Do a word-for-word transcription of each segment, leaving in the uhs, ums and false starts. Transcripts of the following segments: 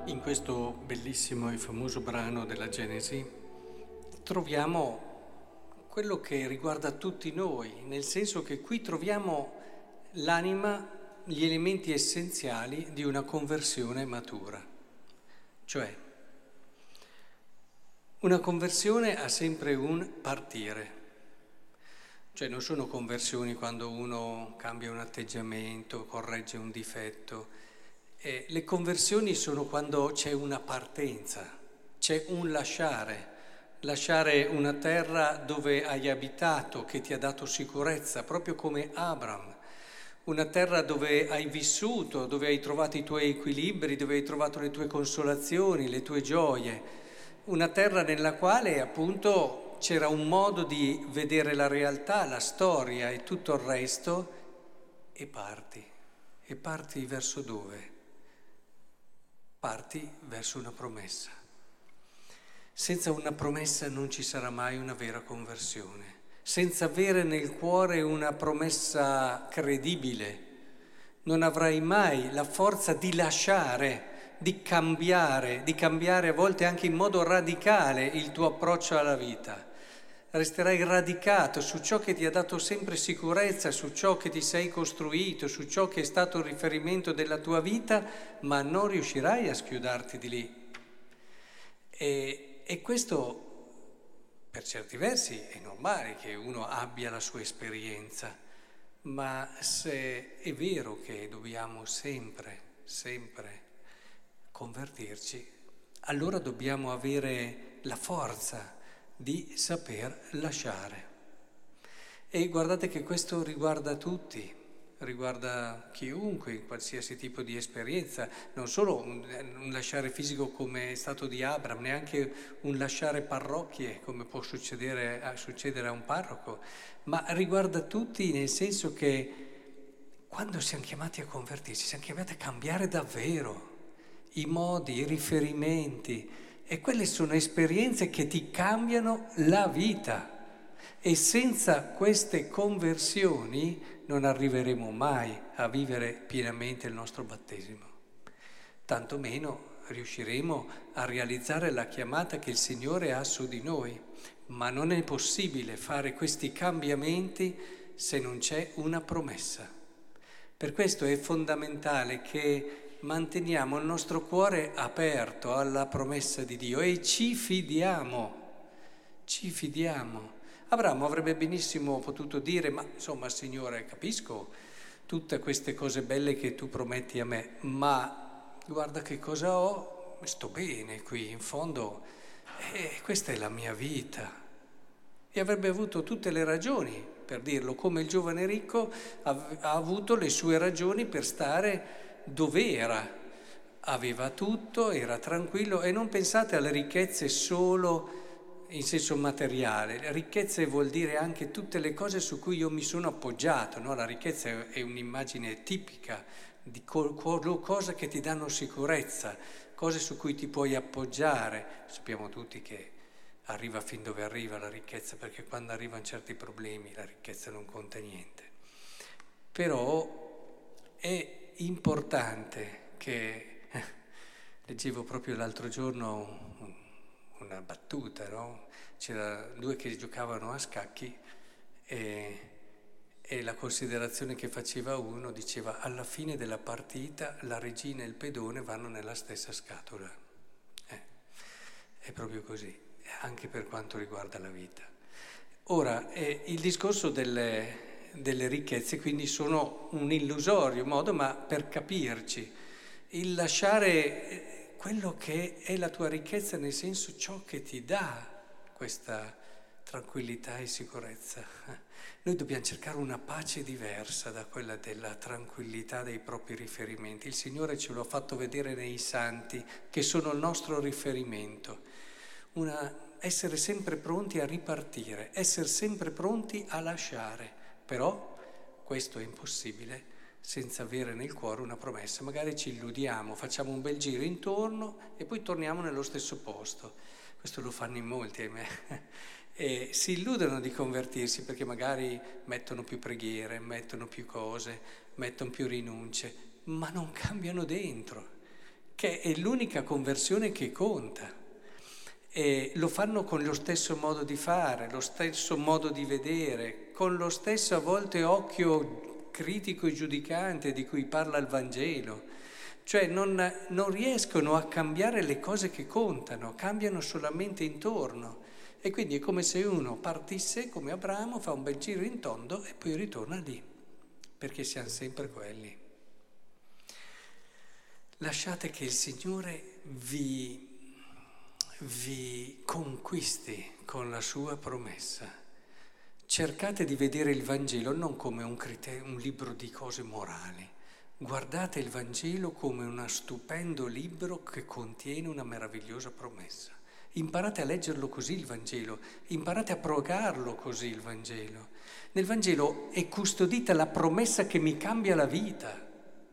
In questo bellissimo e famoso brano della Genesi troviamo quello che riguarda tutti noi, nel senso che qui troviamo l'anima, gli elementi essenziali di una conversione matura. Cioè, una conversione ha sempre un partire. Cioè non sono conversioni quando uno cambia un atteggiamento, corregge un difetto. Eh, le conversioni sono quando c'è una partenza, c'è un lasciare, lasciare una terra dove hai abitato, che ti ha dato sicurezza, proprio come Abram, una terra dove hai vissuto, dove hai trovato i tuoi equilibri, dove hai trovato le tue consolazioni, le tue gioie, una terra nella quale appunto c'era un modo di vedere la realtà, la storia e tutto il resto, e parti. E parti verso dove? Parti verso una promessa. Senza una promessa non ci sarà mai una vera conversione. Senza avere nel cuore una promessa credibile, non avrai mai la forza di lasciare, di cambiare, di cambiare a volte anche in modo radicale il tuo approccio alla vita. Resterai radicato su ciò che ti ha dato sempre sicurezza, su ciò che ti sei costruito, su ciò che è stato il riferimento della tua vita, ma non riuscirai a schiudarti di lì. E, e questo, per certi versi, è normale che uno abbia la sua esperienza, ma se è vero che dobbiamo sempre, sempre convertirci, allora dobbiamo avere la forza di saper lasciare. E guardate che questo riguarda tutti, riguarda chiunque in qualsiasi tipo di esperienza, non solo un, un lasciare fisico come è stato di Abram, neanche un lasciare parrocchie come può succedere a, succedere a un parroco, ma riguarda tutti nel senso che quando siamo chiamati a convertirci, siamo chiamati a cambiare davvero i modi, i riferimenti. E quelle sono esperienze che ti cambiano la vita e senza queste conversioni non arriveremo mai a vivere pienamente il nostro battesimo. Tanto meno riusciremo a realizzare la chiamata che il Signore ha su di noi, ma non è possibile fare questi cambiamenti se non c'è una promessa. Per questo è fondamentale che manteniamo il nostro cuore aperto alla promessa di Dio e ci fidiamo, ci fidiamo. Abramo avrebbe benissimo potuto dire, ma insomma Signore, capisco tutte queste cose belle che tu prometti a me, ma guarda che cosa ho, sto bene qui, in fondo, e questa è la mia vita. E avrebbe avuto tutte le ragioni per dirlo, come il giovane ricco ha, ha avuto le sue ragioni per stare dove era, aveva tutto, era tranquillo e non pensate alle ricchezze solo in senso materiale, le ricchezze vuol dire anche tutte le cose su cui io mi sono appoggiato, no? La ricchezza è un'immagine tipica di cosa che ti danno sicurezza, cose su cui ti puoi appoggiare. Sappiamo tutti che arriva fin dove arriva la ricchezza, perché quando arrivano certi problemi la ricchezza non conta niente. Però è importante che, leggevo proprio l'altro giorno una battuta, no? C'era due che giocavano a scacchi e, e la considerazione che faceva uno diceva: alla fine della partita la regina e il pedone vanno nella stessa scatola. Eh, è proprio così, anche per quanto riguarda la vita. Ora, eh, il discorso delle... delle ricchezze quindi sono un illusorio modo, ma per capirci, il lasciare quello che è la tua ricchezza, nel senso ciò che ti dà questa tranquillità e sicurezza. Noi dobbiamo cercare una pace diversa da quella della tranquillità dei propri riferimenti. Il Signore ce lo ha fatto vedere nei santi, che sono il nostro riferimento. Una, essere sempre pronti a ripartire, essere sempre pronti a lasciare. Però questo è impossibile senza avere nel cuore una promessa. Magari ci illudiamo, facciamo un bel giro intorno e poi torniamo nello stesso posto. Questo lo fanno in molti, ahimè. E si illudono di convertirsi perché magari mettono più preghiere, mettono più cose, mettono più rinunce, ma non cambiano dentro. che è l'unica conversione che conta. E lo fanno con lo stesso modo di fare, lo stesso modo di vedere, con lo stesso a volte occhio critico e giudicante di cui parla il Vangelo. Cioè non, non riescono a cambiare le cose che contano, cambiano solamente intorno. E quindi è come se uno partisse come Abramo, fa un bel giro in tondo e poi ritorna lì, perché siamo sempre quelli. Lasciate che il Signore vi, vi conquisti con la sua promessa. Cercate di vedere il Vangelo non come un, criterio, un libro di cose morali. Guardate il Vangelo come uno stupendo libro che contiene una meravigliosa promessa. Imparate a leggerlo così il Vangelo, imparate a progarlo così il Vangelo. Nel Vangelo è custodita la promessa che mi cambia la vita.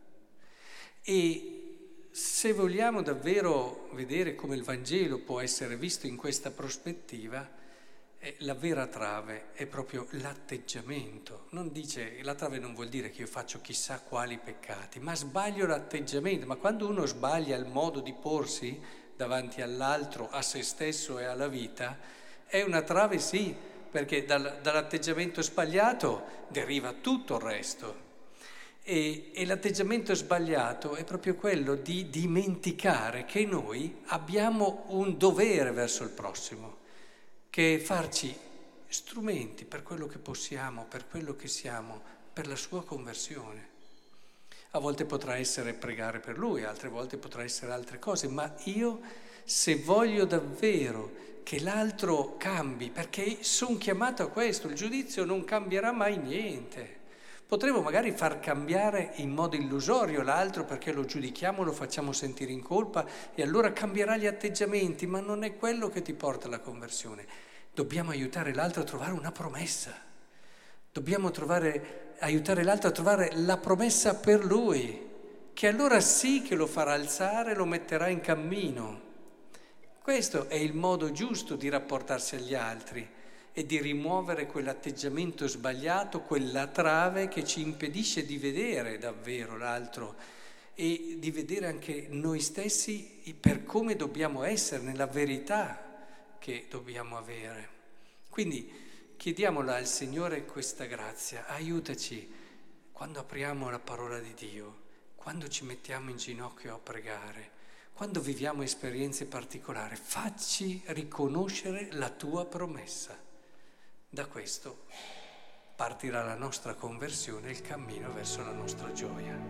E se vogliamo davvero vedere come il Vangelo può essere visto in questa prospettiva, eh, la vera trave è proprio l'atteggiamento. Non dice, la trave non vuol dire che io faccio chissà quali peccati, ma sbaglio l'atteggiamento. Ma quando uno sbaglia il modo di porsi davanti all'altro, a se stesso e alla vita, è una trave sì, perché dal, dall'atteggiamento sbagliato deriva tutto il resto. E, e l'atteggiamento sbagliato è proprio quello di dimenticare che noi abbiamo un dovere verso il prossimo, che è farci strumenti per quello che possiamo, per quello che siamo, per la sua conversione. A volte potrà essere pregare per lui, altre volte potrà essere altre cose, ma io se voglio davvero che l'altro cambi, perché sono chiamato a questo, il giudizio non cambierà mai niente. Potremmo magari far cambiare in modo illusorio l'altro perché lo giudichiamo, lo facciamo sentire in colpa e allora cambierà gli atteggiamenti, ma non è quello che ti porta alla conversione. Dobbiamo aiutare l'altro a trovare una promessa. Dobbiamo trovare, aiutare l'altro a trovare la promessa per lui, che allora sì che lo farà alzare, lo metterà in cammino. Questo è il modo giusto di rapportarsi agli altri e di rimuovere quell'atteggiamento sbagliato, quella trave che ci impedisce di vedere davvero l'altro e di vedere anche noi stessi per come dobbiamo essere, nella verità che dobbiamo avere. Quindi chiediamola al Signore questa grazia, aiutaci quando apriamo la parola di Dio, quando ci mettiamo in ginocchio a pregare, quando viviamo esperienze particolari, facci riconoscere la tua promessa. Da questo partirà la nostra conversione e il cammino verso la nostra gioia.